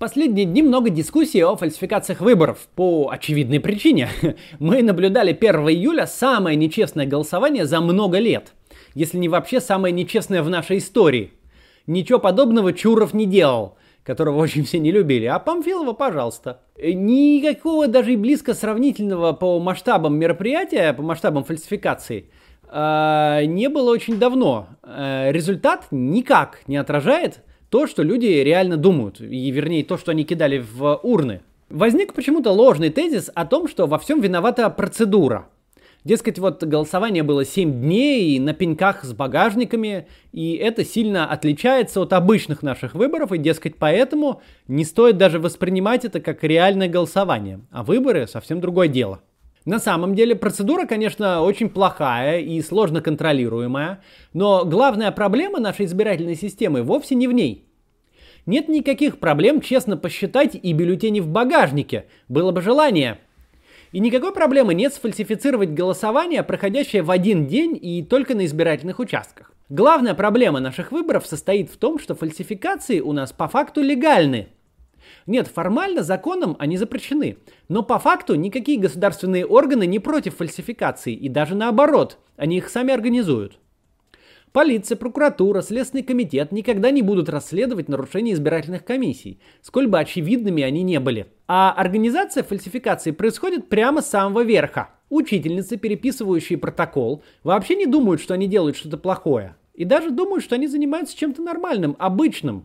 последние дни много дискуссий о фальсификациях выборов по очевидной причине. Мы наблюдали 1 июля самое нечестное голосование за много лет, если не вообще самое нечестное в нашей истории. Ничего подобного Чуров не делал, которого очень все не любили, а Памфилова, пожалуйста. Никакого даже и близко сравнительного по масштабам мероприятия, по масштабам фальсификаций, не было очень давно. Результат никак не отражает то, что люди реально думают, и вернее то, что они кидали в урны. Возник почему-то ложный тезис о том, что во всем виновата процедура. Дескать, вот голосование было 7 дней на пеньках с багажниками, и это сильно отличается от обычных наших выборов, и, дескать, поэтому не стоит даже воспринимать это как реальное голосование, а выборы совсем другое дело. На самом деле процедура, конечно, очень плохая и сложно контролируемая, но главная проблема нашей избирательной системы вовсе не в ней. Нет никаких проблем честно посчитать и бюллетени в багажнике, было бы желание. И никакой проблемы нет сфальсифицировать голосование, проходящее в один день и только на избирательных участках. Главная проблема наших выборов состоит в том, что фальсификации у нас по факту легальны. Нет, формально законом они запрещены, но по факту никакие государственные органы не против фальсификаций, и даже наоборот, они их сами организуют. Полиция, прокуратура, Следственный комитет никогда не будут расследовать нарушения избирательных комиссий, сколь бы очевидными они не были. А организация фальсификации происходит прямо с самого верха. Учительницы, переписывающие протокол, вообще не думают, что они делают что-то плохое. И даже думают, что они занимаются чем-то нормальным, обычным,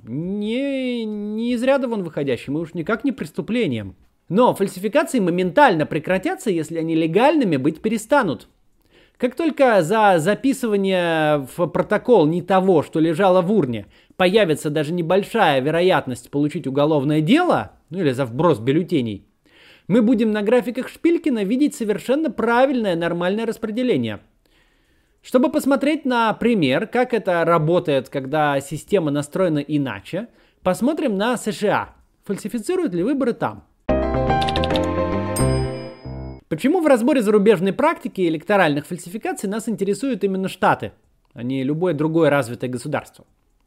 не из ряда вон выходящим, и уж никак не преступлением. Но фальсификации моментально прекратятся, если они легальными быть перестанут. Как только за записывание в протокол не того, что лежало в урне, появится даже небольшая вероятность получить уголовное дело, ну или за вброс бюллетеней, мы будем на графиках Шпилькина видеть совершенно правильное нормальное распределение. Чтобы посмотреть на пример, как это работает, когда система настроена иначе, посмотрим на США. Фальсифицируют ли выборы там? Почему в разборе зарубежной практики и электоральных фальсификаций нас интересуют именно Штаты, а не любое другое развитое государство?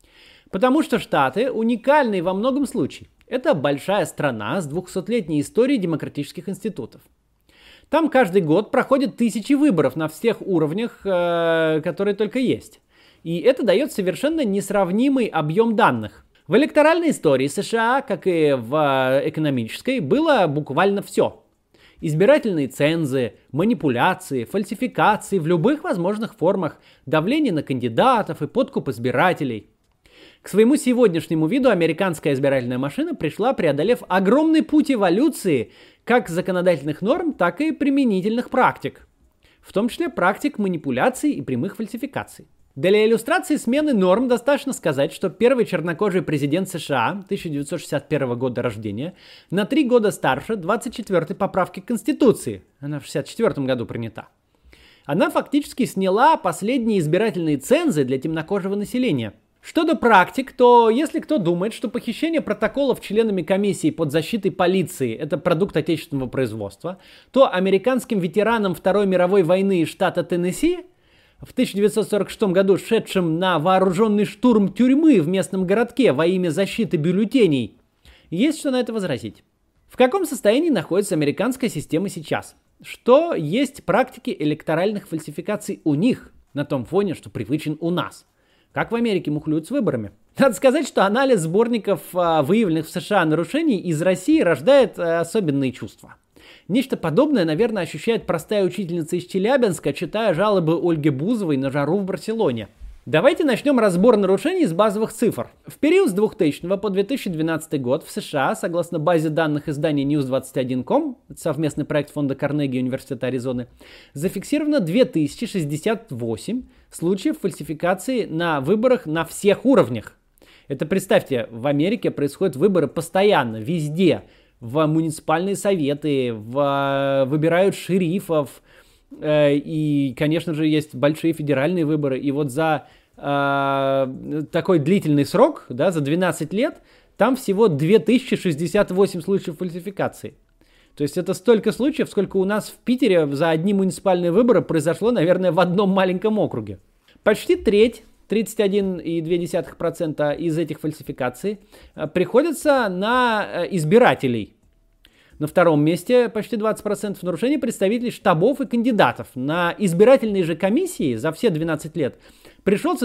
Потому что Штаты уникальны во многом случае. Это большая страна с 200-летней историей демократических институтов. Там каждый год проходят тысячи выборов на всех уровнях, которые только есть. И это дает совершенно несравнимый объем данных. В электоральной истории США, как и в экономической, было буквально все. Избирательные цензы, манипуляции, фальсификации в любых возможных формах, давление на кандидатов и подкуп избирателей. К своему сегодняшнему виду американская избирательная машина пришла, преодолев огромный путь эволюции как законодательных норм, так и применительных практик. В том числе практик манипуляций и прямых фальсификаций. Для иллюстрации смены норм достаточно сказать, что первый чернокожий президент США 1961 года рождения на 3 года старше 24-й поправки к Конституции, она в 1964 году принята. Она фактически сняла последние избирательные цензы для темнокожего населения. Что до практик, то если кто думает, что похищение протоколов членами комиссии под защитой полиции – это продукт отечественного производства, то американским ветеранам Второй мировой войны из штата Теннесси, в 1946 году шедшим на вооруженный штурм тюрьмы в местном городке во имя защиты бюллетеней, есть что на это возразить. В каком состоянии находится американская система сейчас? Что есть практики электоральных фальсификаций у них на том фоне, что привычен у нас? Как в Америке мухлюют с выборами? Надо сказать, что анализ сборников выявленных в США нарушений из России рождает особенные чувства. Нечто подобное, наверное, ощущает простая учительница из Челябинска, читая жалобы Ольги Бузовой на жару в Барселоне. Давайте начнем разбор нарушений с базовых цифр. В период с 2000 по 2012 год в США, согласно базе данных издания News21.com, это совместный проект фонда Карнеги и Университета Аризоны, зафиксировано 2068 случаев фальсификации на выборах на всех уровнях. Это, представьте, в Америке происходят выборы постоянно, везде. В муниципальные советы, выбирают шерифов, и, конечно же, есть большие федеральные выборы. И вот за такой длительный срок, да, за 12 лет, там всего 2068 случаев фальсификации. То есть это столько случаев, сколько у нас в Питере за одни муниципальные выборы произошло, наверное, в одном маленьком округе. Почти треть 31,2% из этих фальсификаций приходится на избирателей. На втором месте почти 20% нарушений представителей штабов и кандидатов. На избирательные же комиссии за все 12 лет пришелся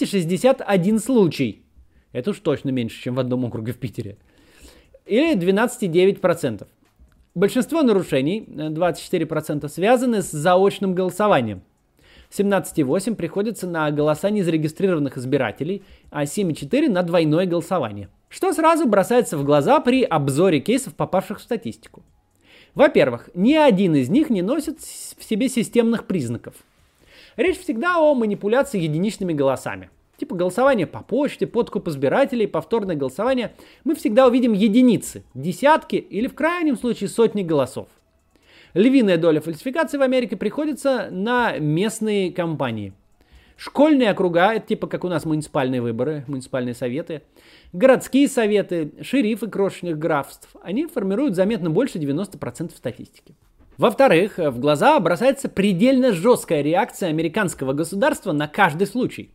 261 случай. Это уж точно меньше, чем в одном округе в Питере. Или 12,9%. Большинство нарушений, 24%, связаны с заочным голосованием. 17,8% приходится на голоса незарегистрированных избирателей, а 7,4% на двойное голосование. Что сразу бросается в глаза при обзоре кейсов, попавших в статистику. Во-первых, ни один из них не носит в себе системных признаков. Речь всегда о манипуляции единичными голосами. Типа голосование по почте, подкуп избирателей, повторное голосование. Мы всегда увидим единицы, десятки или в крайнем случае сотни голосов. Львиная доля фальсификаций в Америке приходится на местные компании. Школьные округа, это типа как у нас муниципальные выборы, муниципальные советы, городские советы, шерифы крошечных графств, они формируют заметно больше 90% статистики. Во-вторых, в глаза бросается предельно жесткая реакция американского государства на каждый случай.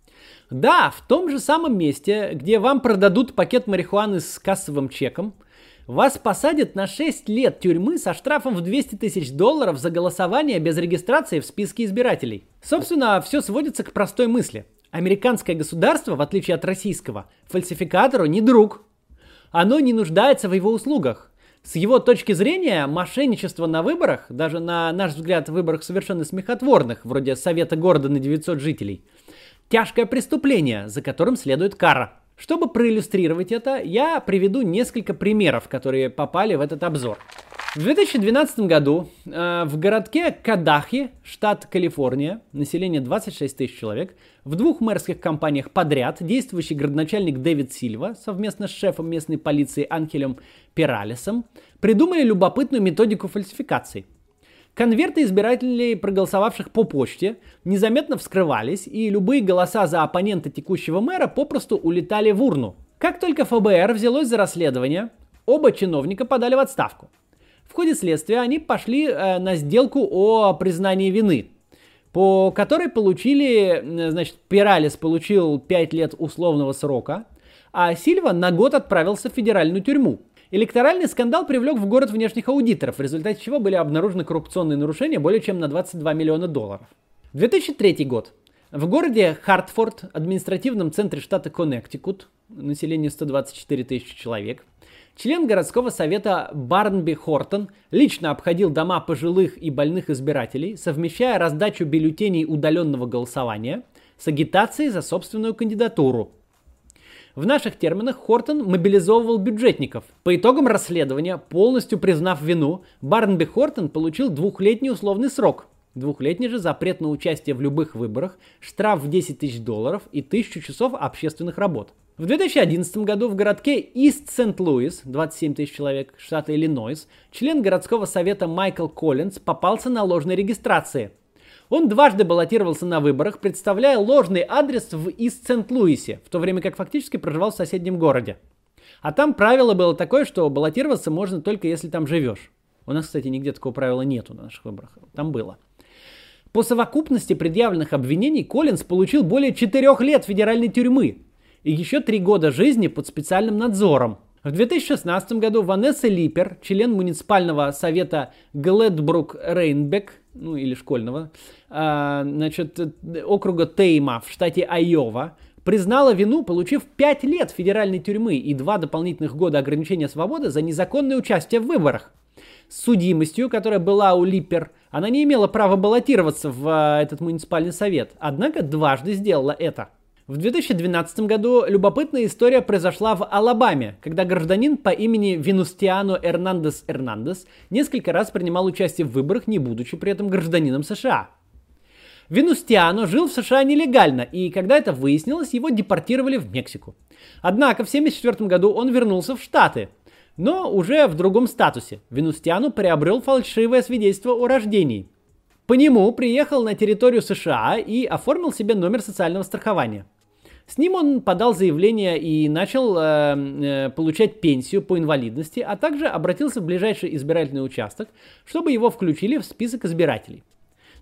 Да, в том же самом месте, где вам продадут пакет марихуаны с кассовым чеком, вас посадят на 6 лет тюрьмы со штрафом в $200 тысяч за голосование без регистрации в списке избирателей. Собственно, все сводится к простой мысли. Американское государство, в отличие от российского, фальсификатору не друг. Оно не нуждается в его услугах. С его точки зрения, мошенничество на выборах, даже на наш взгляд, выборах совершенно смехотворных, вроде Совета города на 900 жителей, тяжкое преступление, за которым следует кара. Чтобы проиллюстрировать это, я приведу несколько примеров, которые попали в этот обзор. В 2012 году в городке Кадахи, штат Калифорния, население 26 тысяч человек, в 2 мэрских компаниях подряд действующий градоначальник Дэвид Сильва совместно с шефом местной полиции Анхелем Пералесом придумали любопытную методику фальсификаций. Конверты избирателей, проголосовавших по почте, незаметно вскрывались, и любые голоса за оппонента текущего мэра попросту улетали в урну. Как только ФБР взялось за расследование, оба чиновника подали в отставку. В ходе следствия они пошли на сделку о признании вины, по которой Пералес получил 5 лет условного срока, а Сильва на год отправился в федеральную тюрьму. Электоральный скандал привлек в город внешних аудиторов, в результате чего были обнаружены коррупционные нарушения более чем на $22 миллиона. 2003 год. В городе Хартфорд, административном центре штата Коннектикут, население 124 тысячи человек, член городского совета Барнби Хортон лично обходил дома пожилых и больных избирателей, совмещая раздачу бюллетеней удаленного голосования с агитацией за собственную кандидатуру. В наших терминах Хортон мобилизовывал бюджетников. По итогам расследования, полностью признав вину, Барнби Хортон получил 2-летний условный срок. 2-летний же запрет на участие в любых выборах, штраф в $10 тысяч и 1000 часов общественных работ. В 2011 году в городке Ист-Сент-Луис, 27 тысяч человек, штата Иллинойс, член городского совета Майкл Коллинз попался на ложной регистрации. Он дважды баллотировался на выборах, представляя ложный адрес в Ист-Сент-Луисе, в то время как фактически проживал в соседнем городе. А там правило было такое, что баллотироваться можно только если там живешь. У нас, кстати, нигде такого правила нету на наших выборах. Там было. По совокупности предъявленных обвинений Коллинз получил более 4 лет федеральной тюрьмы и еще 3 года жизни под специальным надзором. В 2016 году Ванесса Липпер, член муниципального совета Глэдбрук-Рейнбек, или школьного, округа Тейма в штате Айова, признала вину, получив 5 лет федеральной тюрьмы и 2 дополнительных года ограничения свободы за незаконное участие в выборах. С судимостью, которая была у Липпер, она не имела права баллотироваться в этот муниципальный совет, однако дважды сделала это. В 2012 году любопытная история произошла в Алабаме, когда гражданин по имени Венустиано Эрнандес несколько раз принимал участие в выборах, не будучи при этом гражданином США. Венустиано жил в США нелегально, и когда это выяснилось, его депортировали в Мексику. Однако в 1974 году он вернулся в Штаты, но уже в другом статусе. Венустиано приобрел фальшивое свидетельство о рождении. По нему приехал на территорию США и оформил себе номер социального страхования. С ним он подал заявление и начал получать пенсию по инвалидности, а также обратился в ближайший избирательный участок, чтобы его включили в список избирателей.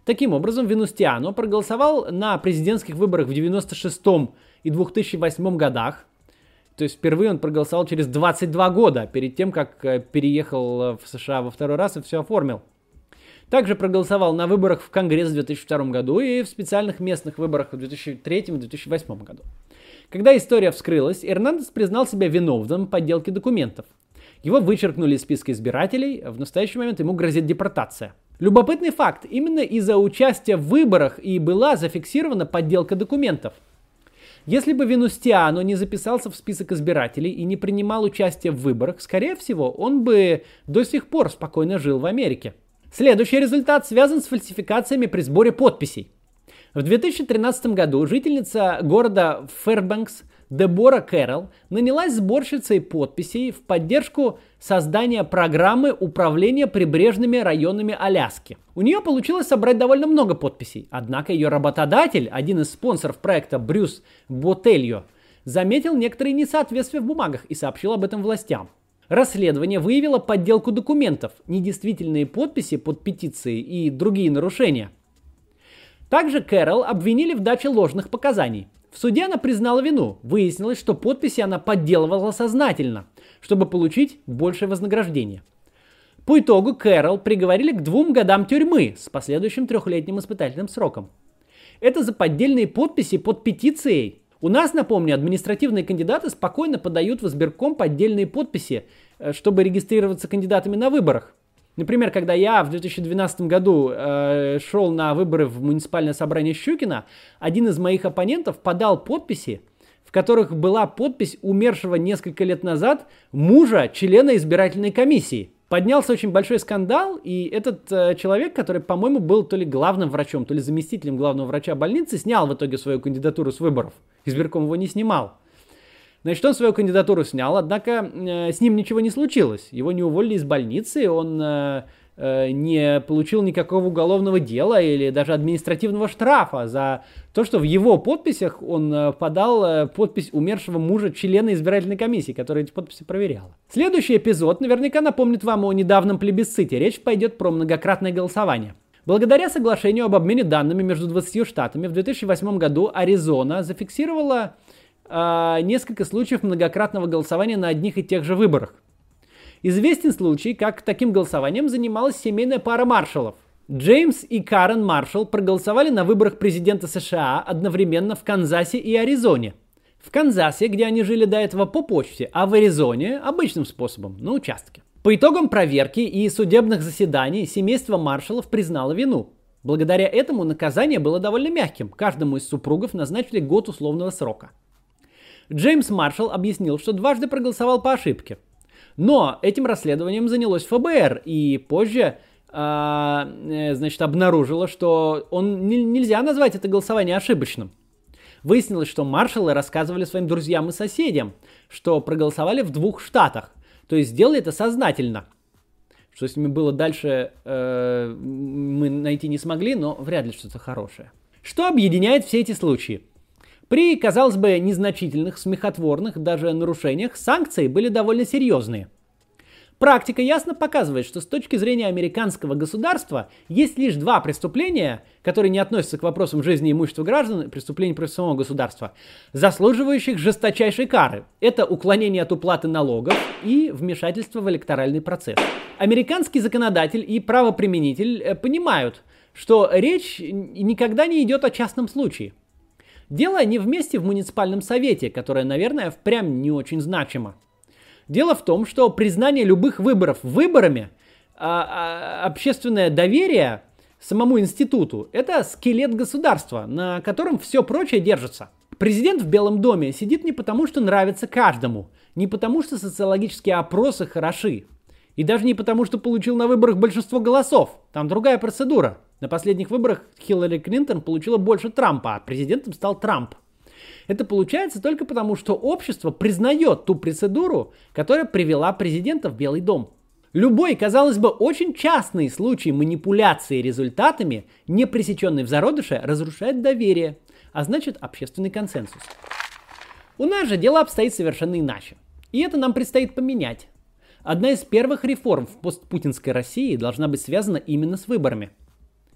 Таким образом, Венустиано проголосовал на президентских выборах в 1996 и 2008 годах. То есть впервые он проголосовал через 22 года, перед тем, как переехал в США во второй раз и все оформил. Также проголосовал на выборах в Конгресс в 2002 году и в специальных местных выборах в 2003 и 2008 году. Когда история вскрылась, Эрнандес признал себя виновным в подделке документов. Его вычеркнули из списка избирателей, в настоящий момент ему грозит депортация. Любопытный факт, именно из-за участия в выборах и была зафиксирована подделка документов. Если бы Венустиано не записался в список избирателей и не принимал участие в выборах, скорее всего, он бы до сих пор спокойно жил в Америке. Следующий результат связан с фальсификациями при сборе подписей. В 2013 году жительница города Фэрбанкс Дебора Кэрролл нанялась сборщицей подписей в поддержку создания программы управления прибрежными районами Аляски. У нее получилось собрать довольно много подписей, однако ее работодатель, один из спонсоров проекта Брюс Ботельо, заметил некоторые несоответствия в бумагах и сообщил об этом властям. Расследование выявило подделку документов, недействительные подписи под петицией и другие нарушения. Также Кэрролл обвинили в даче ложных показаний. В суде она признала вину. Выяснилось, что подписи она подделывала сознательно, чтобы получить большее вознаграждение. По итогу Кэрролл приговорили к 2 годам тюрьмы с последующим 3-летним испытательным сроком. Это за поддельные подписи под петицией. У нас, напомню, административные кандидаты спокойно подают в избирком поддельные подписи, чтобы регистрироваться кандидатами на выборах. Например, когда я в 2012 году шел на выборы в муниципальное собрание Щукина, один из моих оппонентов подал подписи, в которых была подпись умершего несколько лет назад мужа члена избирательной комиссии. Поднялся очень большой скандал, и этот человек, который, по-моему, был то ли главным врачом, то ли заместителем главного врача больницы, снял в итоге свою кандидатуру с выборов. Избирком его не снимал. Значит, он свою кандидатуру снял, однако с ним ничего не случилось. Его не уволили из больницы, он не получил никакого уголовного дела или даже административного штрафа за то, что в его подписях он подал подпись умершего мужа члена избирательной комиссии, которая эти подписи проверяла. Следующий эпизод наверняка напомнит вам о недавнем плебисците. Речь пойдет про многократное голосование. Благодаря соглашению об обмене данными между 20 штатами в 2008 году Аризона зафиксировала несколько случаев многократного голосования на одних и тех же выборах. Известен случай, как таким голосованием занималась семейная пара маршалов. Джеймс и Карен Маршалл проголосовали на выборах президента США одновременно в Канзасе и Аризоне. В Канзасе, где они жили до этого, по почте, а в Аризоне обычным способом, на участке. По итогам проверки и судебных заседаний семейство Маршаллов признало вину. Благодаря этому наказание было довольно мягким. Каждому из супругов назначили год условного срока. Джеймс Маршалл объяснил, что дважды проголосовал по ошибке. Но этим расследованием занялось ФБР, и позже обнаружило, что нельзя назвать это голосование ошибочным. Выяснилось, что маршаллы рассказывали своим друзьям и соседям, что проголосовали в 2 штатах, то есть сделали это сознательно. Что с ними было дальше, мы найти не смогли, но вряд ли что-то хорошее. Что объединяет все эти случаи? При, казалось бы, незначительных, смехотворных даже нарушениях санкции были довольно серьезные. Практика ясно показывает, что с точки зрения американского государства есть лишь 2 преступления, которые не относятся к вопросам жизни и имущества граждан, преступления против самого государства, заслуживающих жесточайшей кары. Это уклонение от уплаты налогов и вмешательство в электоральный процесс. Американский законодатель и правоприменитель понимают, что речь никогда не идет о частном случае. Дело не вместе в муниципальном совете, которое, наверное, впрямь не очень значимо. Дело в том, что признание любых выборов выборами, общественное доверие самому институту – это скелет государства, на котором все прочее держится. Президент в Белом доме сидит не потому, что нравится каждому, не потому, что социологические опросы хороши, и даже не потому, что получил на выборах большинство голосов. Там другая процедура. На последних выборах Хиллари Клинтон получила больше Трампа, а президентом стал Трамп. Это получается только потому, что общество признает ту процедуру, которая привела президента в Белый дом. Любой, казалось бы, очень частный случай манипуляции результатами, не пресеченный в зародыше, разрушает доверие, а значит общественный консенсус. У нас же дело обстоит совершенно иначе. И это нам предстоит поменять. Одна из первых реформ в постпутинской России должна быть связана именно с выборами.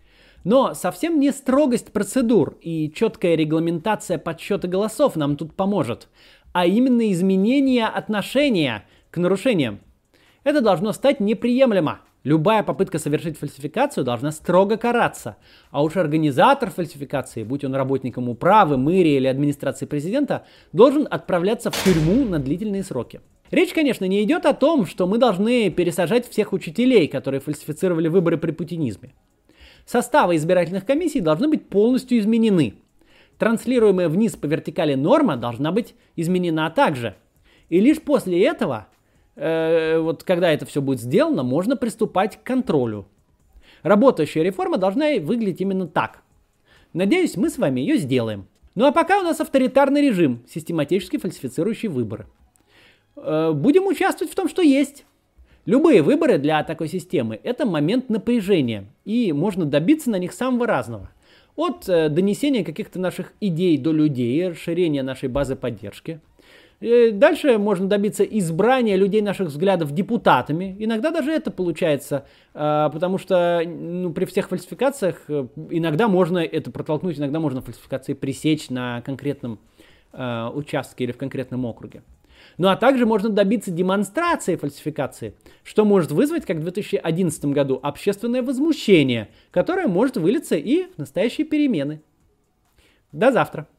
Но совсем не строгость процедур и четкая регламентация подсчета голосов нам тут поможет, а именно изменение отношения к нарушениям. Это должно стать неприемлемо. Любая попытка совершить фальсификацию должна строго караться. А уж организатор фальсификации, будь он работником управы, мэрии или администрации президента, должен отправляться в тюрьму на длительные сроки. Речь, конечно, не идет о том, что мы должны пересажать всех учителей, которые фальсифицировали выборы при путинизме. Составы избирательных комиссий должны быть полностью изменены. Транслируемая вниз по вертикали норма должна быть изменена также. И лишь после этого, когда это все будет сделано, можно приступать к контролю. Работающая реформа должна выглядеть именно так. Надеюсь, мы с вами ее сделаем. Ну а пока у нас авторитарный режим, систематически фальсифицирующий выборы. Будем участвовать в том, что есть. Любые выборы для такой системы – это момент напряжения, и можно добиться на них самого разного. От донесения каких-то наших идей до людей, расширения нашей базы поддержки. Дальше можно добиться избрания людей наших взглядов депутатами. Иногда даже это получается, потому что при всех фальсификациях иногда можно это протолкнуть, иногда можно фальсификации пресечь на конкретном участке или в конкретном округе. Ну а также можно добиться демонстрации фальсификации, что может вызвать, как в 2011 году, общественное возмущение, которое может вылиться и в настоящие перемены. До завтра.